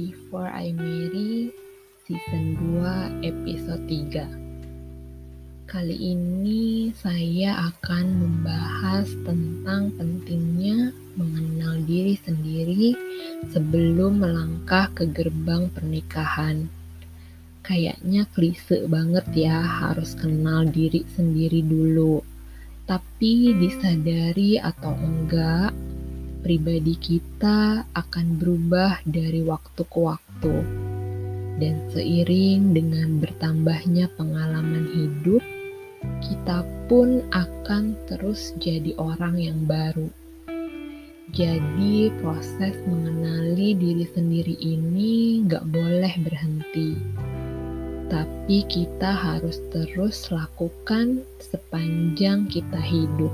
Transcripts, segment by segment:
Before I Marry Season 2 Episode 3. Kali ini saya akan membahas tentang pentingnya mengenal diri sendiri sebelum melangkah ke gerbang pernikahan. Kayaknya klise banget ya, harus kenal diri sendiri dulu. Tapi disadari atau enggak, pribadi kita akan berubah dari waktu ke waktu. Dan seiring dengan bertambahnya pengalaman hidup, kita pun akan terus jadi orang yang baru. Jadi proses mengenali diri sendiri ini gak boleh berhenti. Tapi kita harus terus lakukan sepanjang kita hidup.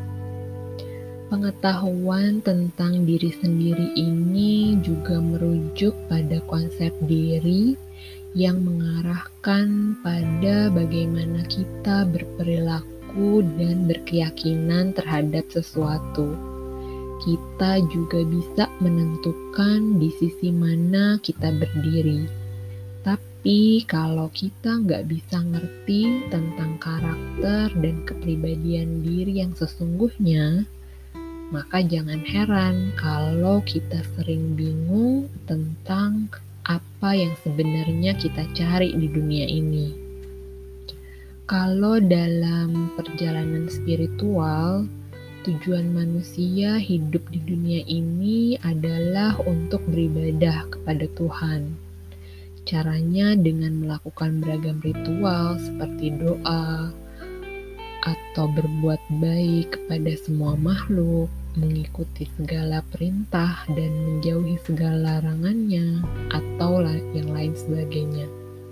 Pengetahuan tentang diri sendiri ini juga merujuk pada konsep diri yang mengarahkan pada bagaimana kita berperilaku dan berkeyakinan terhadap sesuatu. Kita juga bisa menentukan di sisi mana kita berdiri. Tapi kalau kita nggak bisa ngerti tentang karakter dan kepribadian diri yang sesungguhnya, maka jangan heran kalau kita sering bingung tentang apa yang sebenarnya kita cari di dunia ini. Kalau dalam perjalanan spiritual, tujuan manusia hidup di dunia ini adalah untuk beribadah kepada Tuhan. Caranya dengan melakukan beragam ritual seperti doa, atau berbuat baik kepada semua makhluk, mengikuti segala perintah dan menjauhi segala larangannya, atau yang lain sebagainya.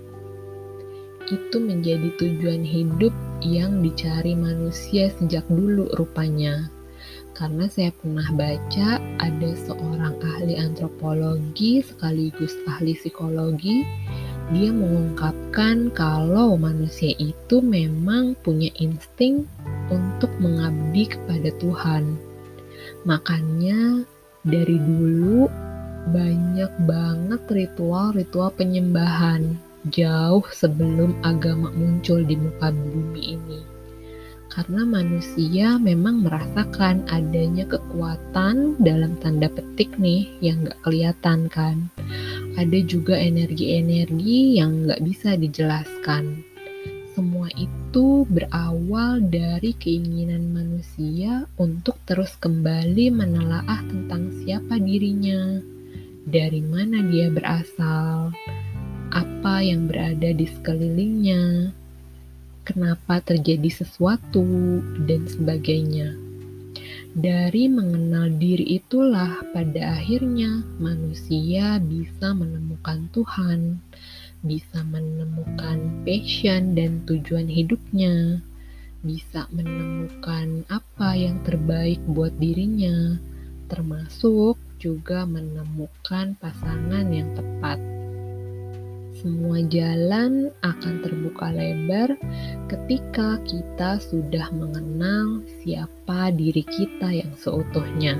Itu menjadi tujuan hidup yang dicari manusia sejak dulu rupanya. Karena saya pernah baca ada seorang ahli antropologi sekaligus ahli psikologi. Dia mengungkapkan kalau manusia itu memang punya insting untuk mengabdi kepada Tuhan. Makanya dari dulu banyak banget ritual-ritual penyembahan jauh sebelum agama muncul di muka bumi ini. Karena manusia memang merasakan adanya kekuatan dalam tanda petik nih yang gak kelihatan kan. Ada juga energi-energi yang gak bisa dijelaskan. Semua itu berawal dari keinginan manusia untuk terus kembali menelaah tentang siapa dirinya, dari mana dia berasal, apa yang berada di sekelilingnya, kenapa terjadi sesuatu, dan sebagainya. Dari mengenal diri itulah pada akhirnya manusia bisa menemukan Tuhan, bisa menemukan passion dan tujuan hidupnya, bisa menemukan apa yang terbaik buat dirinya, termasuk juga menemukan pasangan yang tepat. Semua jalan akan terbuka lebar ketika kita sudah mengenal siapa diri kita yang seutuhnya.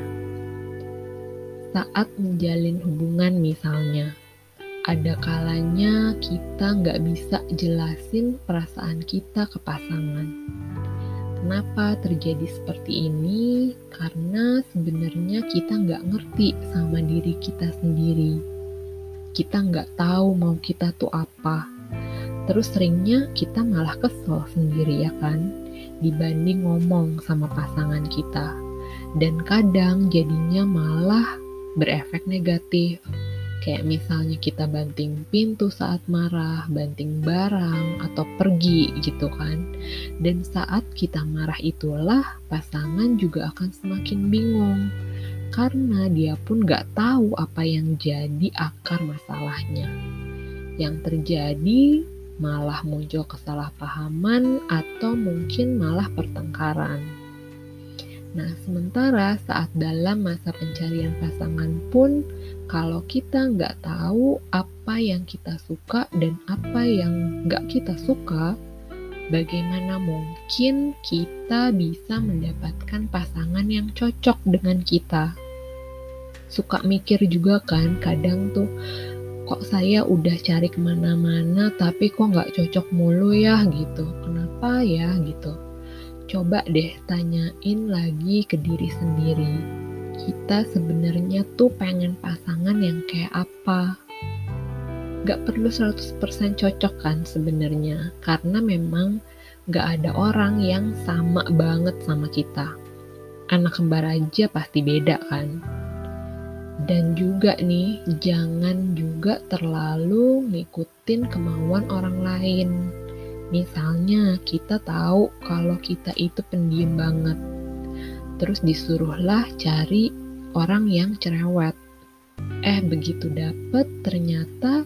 Saat menjalin hubungan misalnya, ada kalanya kita nggak bisa jelasin perasaan kita ke pasangan. Kenapa terjadi seperti ini? Karena sebenarnya kita nggak ngerti sama diri kita sendiri. Kita nggak tahu mau kita tuh apa. Terus seringnya kita malah kesel sendiri ya kan, dibanding ngomong sama pasangan kita. Dan kadang jadinya malah berefek negatif. Kayak misalnya kita banting pintu saat marah, banting barang, atau pergi gitu kan. Dan saat kita marah itulah pasangan juga akan semakin bingung. Karena dia pun gak tahu apa yang jadi akar masalahnya. Yang terjadi malah muncul kesalahpahaman atau mungkin malah pertengkaran. Nah, sementara saat dalam masa pencarian pasangan pun, kalau kita gak tahu apa yang kita suka dan apa yang gak kita suka, bagaimana mungkin kita bisa mendapatkan pasangan yang cocok dengan kita? Suka mikir juga kan, kadang tuh kok saya udah cari kemana-mana tapi kok nggak cocok mulu ya gitu. Kenapa ya gitu. Coba deh tanyain lagi ke diri sendiri. Kita sebenarnya tuh pengen pasangan yang kayak apa? Gak perlu 100% cocok kan sebenarnya, karena memang gak ada orang yang sama banget sama kita. Anak kembar aja pasti beda kan. Dan juga nih, jangan juga terlalu ngikutin kemauan orang lain. Misalnya kita tahu kalau kita itu pendiam banget, terus disuruhlah cari orang yang cerewet. Begitu dapet ternyata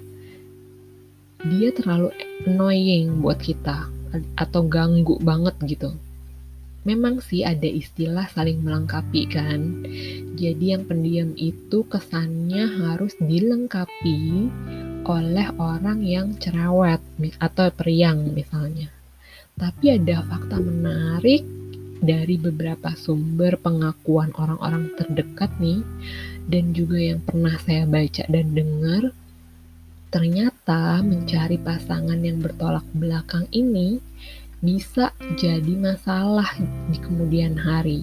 dia terlalu annoying buat kita atau ganggu banget gitu. Memang sih ada istilah saling melengkapi kan. Jadi yang pendiam itu kesannya harus dilengkapi oleh orang yang cerewet atau periang misalnya. Tapi ada fakta menarik dari beberapa sumber pengakuan orang-orang terdekat nih, dan juga yang pernah saya baca dan dengar, ternyata mencari pasangan yang bertolak belakang ini bisa jadi masalah di kemudian hari.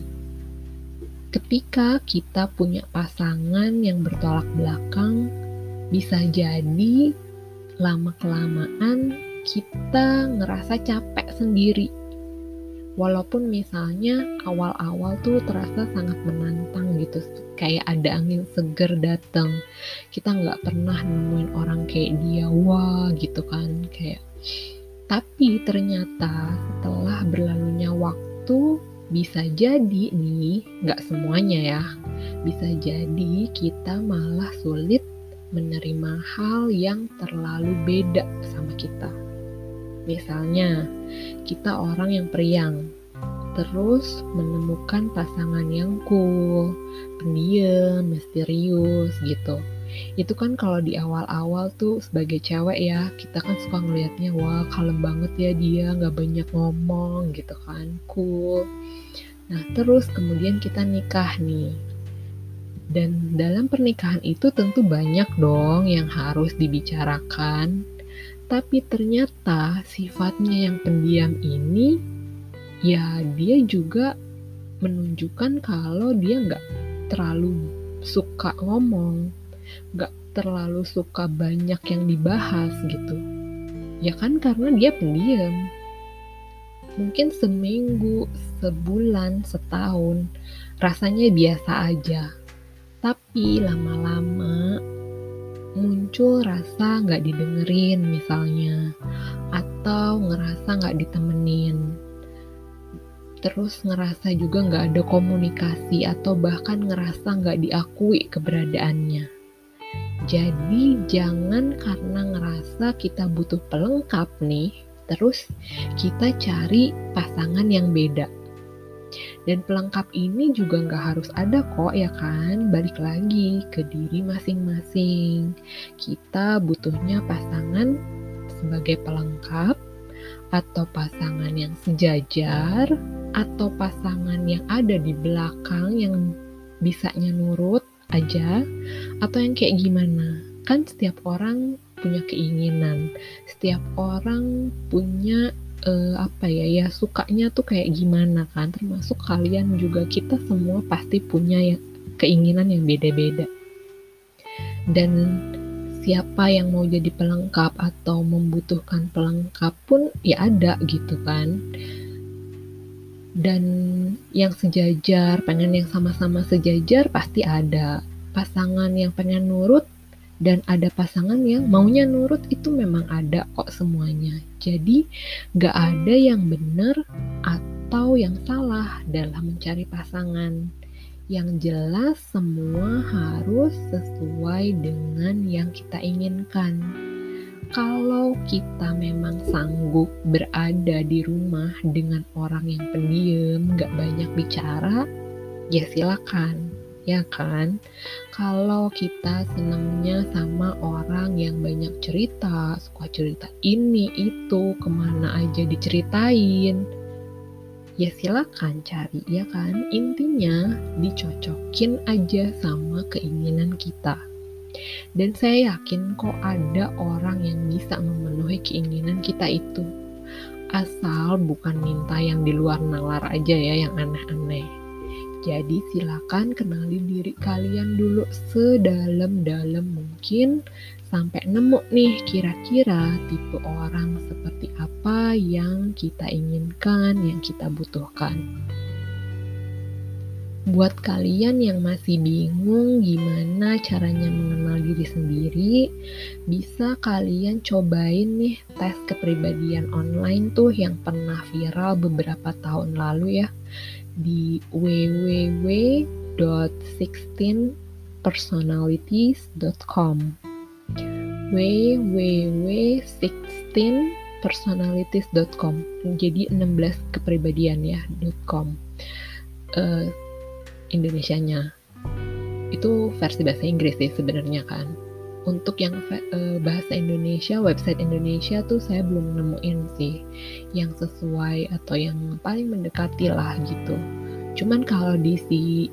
Ketika kita punya pasangan yang bertolak belakang, bisa jadi lama-kelamaan kita ngerasa capek sendiri. Walaupun misalnya awal-awal tuh terasa sangat menantang gitu, kayak ada angin seger datang. Kita nggak pernah nemuin orang kayak dia, wah gitu kan, kayak. Tapi ternyata setelah berlalunya waktu, bisa jadi nih, nggak semuanya ya, bisa jadi kita malah sulit menerima hal yang terlalu beda sama kita. Misalnya, kita orang yang periang, terus menemukan pasangan yang cool, pendiam, misterius gitu. Itu kan kalau di awal-awal tuh sebagai cewek ya, kita kan suka ngelihatnya, wah kalem banget ya dia, gak banyak ngomong gitu kan, cool. Nah terus kemudian kita nikah nih. Dan dalam pernikahan itu tentu banyak dong yang harus dibicarakan. Tapi ternyata sifatnya yang pendiam ini, ya dia juga menunjukkan kalau dia gak terlalu suka ngomong, gak terlalu suka banyak yang dibahas gitu. Ya kan karena dia pendiam. Mungkin seminggu, sebulan, setahun rasanya biasa aja. Tapi lama-lama muncul rasa gak didengerin misalnya, atau ngerasa gak ditemenin. Terus ngerasa juga gak ada komunikasi, atau bahkan ngerasa gak diakui keberadaannya. Jadi jangan karena ngerasa kita butuh pelengkap nih, terus kita cari pasangan yang beda. Dan pelengkap ini juga gak harus ada kok ya kan, balik lagi ke diri masing-masing. Kita butuhnya pasangan sebagai pelengkap, atau pasangan yang sejajar, atau pasangan yang ada di belakang yang bisanya nurut aja, atau yang kayak gimana. Kan setiap orang punya keinginan, setiap orang punya sukanya tuh kayak gimana kan, termasuk kalian juga, kita semua pasti punya keinginan yang beda-beda. Dan siapa yang mau jadi pelengkap atau membutuhkan pelengkap pun ya ada gitu kan. Dan yang sejajar, pengen yang sama-sama sejajar pasti ada. Pasangan yang pengen nurut dan ada pasangan yang maunya nurut, itu memang ada kok semuanya. Jadi gak ada yang benar atau yang salah dalam mencari pasangan. Yang jelas semua harus sesuai dengan yang kita inginkan. Kalau kita memang sanggup berada di rumah dengan orang yang pendiam, gak banyak bicara, ya silakan. Ya kan, kalau kita senangnya sama orang yang banyak cerita, suka cerita ini itu, kemana aja diceritain, ya silakan cari ya kan. Intinya dicocokin aja sama keinginan kita. Dan saya yakin kok ada orang yang bisa memenuhi keinginan kita itu. Asal bukan minta yang di luar nalar aja ya, yang aneh-aneh. Jadi silakan kenali diri kalian dulu sedalam-dalam mungkin sampai nemu nih kira-kira tipe orang seperti apa yang kita inginkan, yang kita butuhkan. Buat kalian yang masih bingung gimana caranya mengenal diri sendiri, bisa kalian cobain nih tes kepribadian online tuh yang pernah viral beberapa tahun lalu ya, di www.16personalities.com www.16personalities.com jadi 16 kepribadian ya .com Indonesianya itu versi bahasa Inggris sih sebenarnya kan. Untuk yang bahasa Indonesia, website Indonesia tuh saya belum nemuin sih yang sesuai atau yang paling mendekati lah gitu. Cuman kalau di si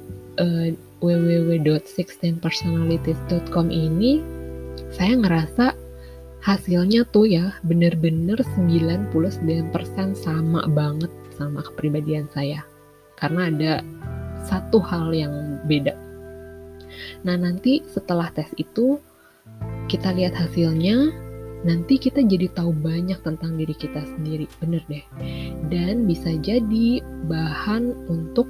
www.16personalities.com ini saya ngerasa hasilnya tuh ya bener-bener 99% sama banget sama kepribadian saya. Karena ada satu hal yang beda. Nah, nanti setelah tes itu kita lihat hasilnya, nanti kita jadi tahu banyak tentang diri kita sendiri, bener deh. Dan bisa jadi bahan untuk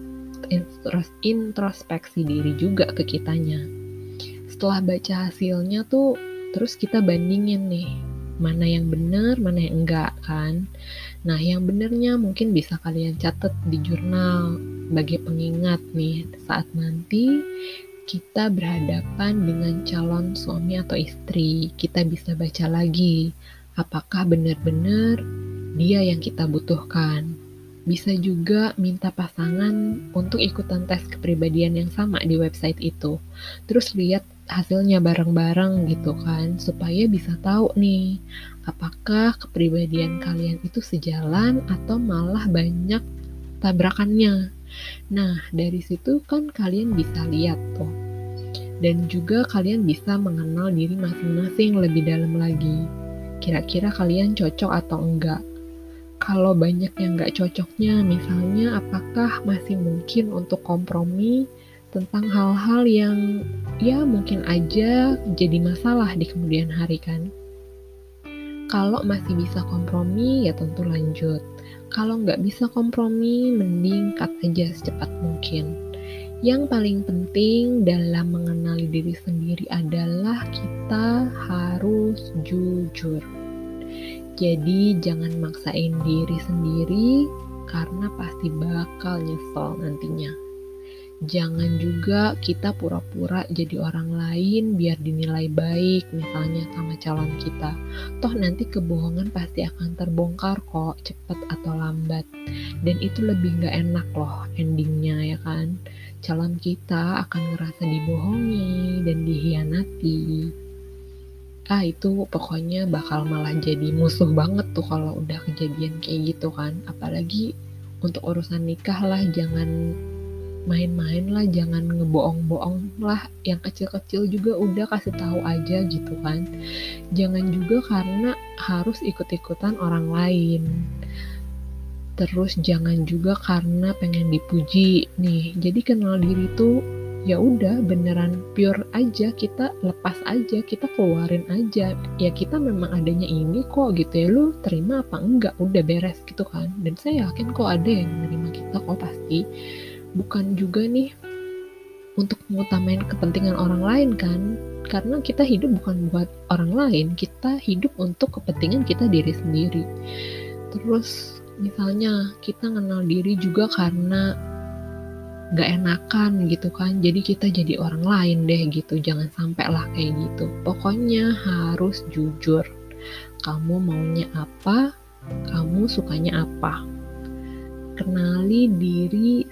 introspeksi diri juga ke kitanya. Setelah baca hasilnya tuh, terus kita bandingin nih, mana yang benar, mana yang enggak kan. Nah, yang benernya mungkin bisa kalian catat di jurnal sebagai pengingat nih saat nanti kita berhadapan dengan calon suami atau istri. Kita bisa baca lagi apakah benar-benar dia yang kita butuhkan. Bisa juga minta pasangan untuk ikutan tes kepribadian yang sama di website itu. Terus lihat hasilnya bareng-bareng gitu kan, supaya bisa tahu nih apakah kepribadian kalian itu sejalan atau malah banyak tabrakannya. Nah, dari situ kan kalian bisa lihat tuh. Dan juga kalian bisa mengenal diri masing-masing lebih dalam lagi. Kira-kira kalian cocok atau enggak. Kalau banyak yang enggak cocoknya, misalnya apakah masih mungkin untuk kompromi tentang hal-hal yang ya mungkin aja jadi masalah di kemudian hari kan. Kalau masih bisa kompromi ya tentu lanjut. Kalau nggak bisa kompromi, mending cut aja secepat mungkin. Yang paling penting dalam mengenali diri sendiri adalah kita harus jujur. Jadi jangan maksain diri sendiri karena pasti bakal nyesel nantinya. Jangan juga kita pura-pura jadi orang lain biar dinilai baik misalnya sama calon kita. Toh nanti kebohongan pasti akan terbongkar kok, cepet atau lambat. Dan itu lebih gak enak loh endingnya ya kan. Calon kita akan ngerasa dibohongi dan dihianati. Itu pokoknya bakal malah jadi musuh banget tuh kalau udah kejadian kayak gitu kan. Apalagi untuk urusan nikah lah, jangan main-main lah, jangan ngebohong-bohong lah, yang kecil-kecil juga udah kasih tahu aja gitu kan. Jangan juga karena harus ikut-ikutan orang lain. Terus jangan juga karena pengen dipuji nih. Jadi kenal diri tuh ya udah beneran pure aja, kita lepas aja, kita keluarin aja. Ya kita memang adanya ini kok gitu ya, lu terima apa enggak, udah beres gitu kan. Dan saya yakin kok ada yang menerima kita kok pasti. Bukan juga nih untuk mengutamain kepentingan orang lain kan, karena kita hidup bukan buat orang lain, kita hidup untuk kepentingan kita diri sendiri. Terus misalnya kita kenal diri juga karena gak enakan gitu kan, jadi kita jadi orang lain deh gitu. Jangan sampai lah kayak gitu. Pokoknya harus jujur, kamu maunya apa, kamu sukanya apa. Kenali diri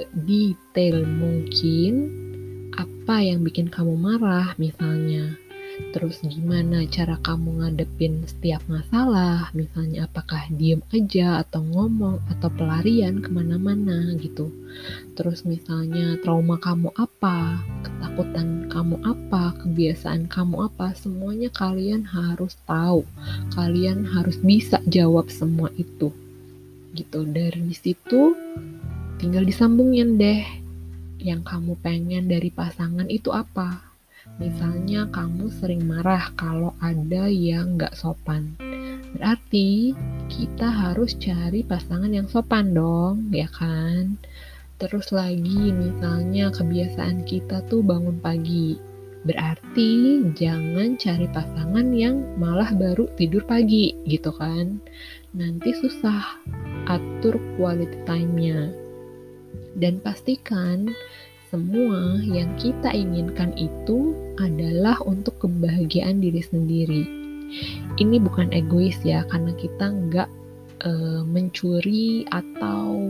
sedetail mungkin. Apa yang bikin kamu marah misalnya, Terus gimana cara kamu ngadepin setiap masalah, misalnya apakah diem aja atau ngomong atau pelarian kemana-mana gitu. Terus misalnya trauma kamu apa, ketakutan kamu apa, kebiasaan kamu apa, semuanya kalian harus tahu. Kalian harus bisa jawab semua itu. Gitu. Dari situ tinggal disambungin deh. Yang kamu pengen dari pasangan itu apa? Misalnya kamu sering marah kalau ada yang gak sopan. Berarti kita harus cari pasangan yang sopan dong, ya kan? Terus lagi misalnya kebiasaan kita tuh bangun pagi. Berarti jangan cari pasangan yang malah baru tidur pagi gitu kan. Nanti susah atur quality time-nya. Dan pastikan semua yang kita inginkan itu adalah untuk kebahagiaan diri sendiri. Ini bukan egois ya, karena kita nggak mencuri atau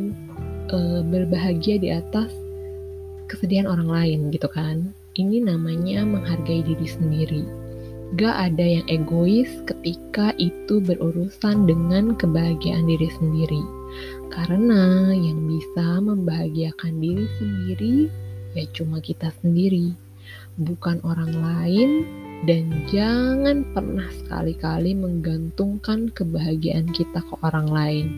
berbahagia di atas kesedihan orang lain gitu kan. Ini namanya menghargai diri sendiri. Gak ada yang egois ketika itu berurusan dengan kebahagiaan diri sendiri. Karena yang bisa membahagiakan diri sendiri ya cuma kita sendiri, bukan orang lain. Dan jangan pernah sekali-kali menggantungkan kebahagiaan kita ke orang lain.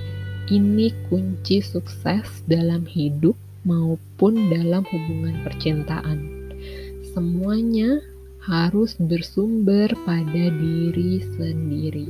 Ini kunci sukses dalam hidup maupun dalam hubungan percintaan. Semuanya harus bersumber pada diri sendiri.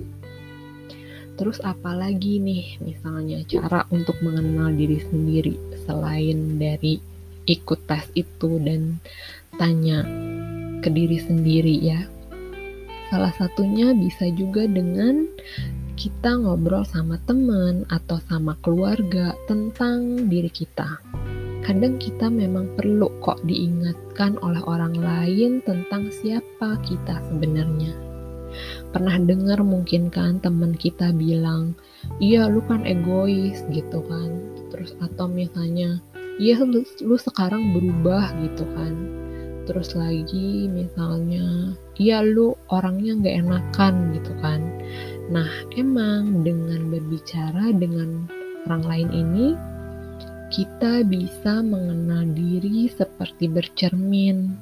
Terus apalagi nih misalnya cara untuk mengenal diri sendiri selain dari ikut tes itu dan tanya ke diri sendiri ya. Salah satunya bisa juga dengan kita ngobrol sama teman atau sama keluarga tentang diri kita. Kadang kita memang perlu kok diingatkan oleh orang lain tentang siapa kita sebenarnya. Pernah dengar mungkin kan teman kita bilang, iya lu kan egois gitu kan. Terus atau misalnya, iya lu sekarang berubah gitu kan. Terus lagi misalnya, iya lu orangnya gak enakan gitu kan. Nah emang dengan berbicara dengan orang lain ini, kita bisa mengenal diri seperti bercermin.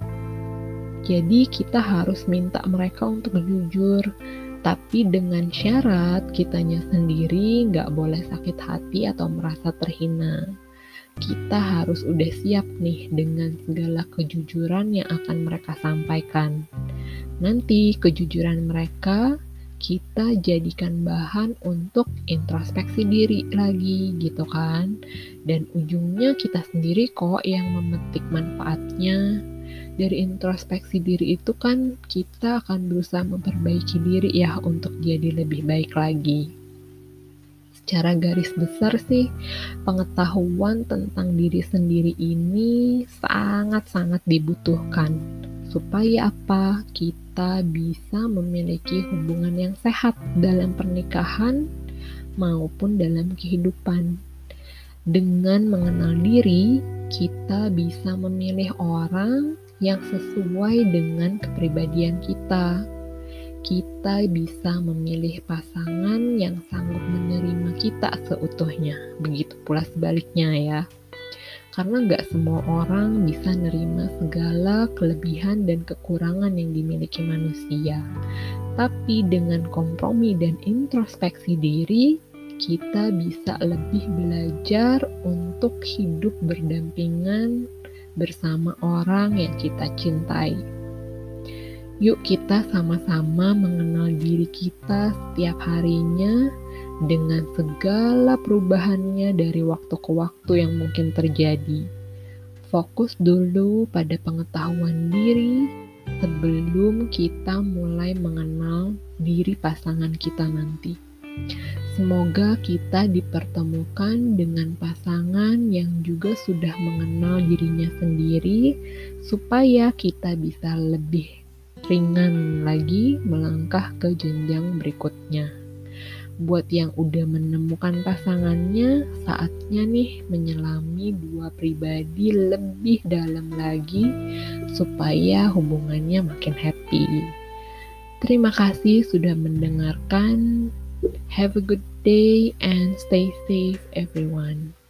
Jadi kita harus minta mereka untuk jujur, tapi dengan syarat kitanya sendiri gak boleh sakit hati atau merasa terhina. Kita harus udah siap nih dengan segala kejujuran yang akan mereka sampaikan. Nanti kejujuran mereka kita jadikan bahan untuk introspeksi diri lagi gitu kan. Dan ujungnya kita sendiri kok yang memetik manfaatnya. Dari introspeksi diri itu kan kita akan berusaha memperbaiki diri ya untuk jadi lebih baik lagi. Secara garis besar sih, pengetahuan tentang diri sendiri ini sangat-sangat dibutuhkan. Supaya apa? Kita bisa memiliki hubungan yang sehat dalam pernikahan maupun dalam kehidupan. Dengan mengenal diri, kita bisa memilih orang yang sesuai dengan kepribadian kita. Kita bisa memilih pasangan yang sanggup menerima kita seutuhnya. Begitu pula sebaliknya ya. Karena gak semua orang bisa nerima segala kelebihan dan kekurangan yang dimiliki manusia. Tapi dengan kompromi dan introspeksi diri, kita bisa lebih belajar untuk hidup berdampingan bersama orang yang kita cintai. Yuk kita sama-sama mengenal diri kita setiap harinya dengan segala perubahannya dari waktu ke waktu yang mungkin terjadi. Fokus dulu pada pengetahuan diri sebelum kita mulai mengenal diri pasangan kita nanti. Semoga kita dipertemukan dengan pasangan yang juga sudah mengenal dirinya sendiri supaya kita bisa lebih ringan lagi melangkah ke jenjang berikutnya. Buat yang udah menemukan pasangannya, saatnya nih menyelami dua pribadi lebih dalam lagi supaya hubungannya makin happy. Terima kasih sudah mendengarkan. Have a good day and stay safe everyone.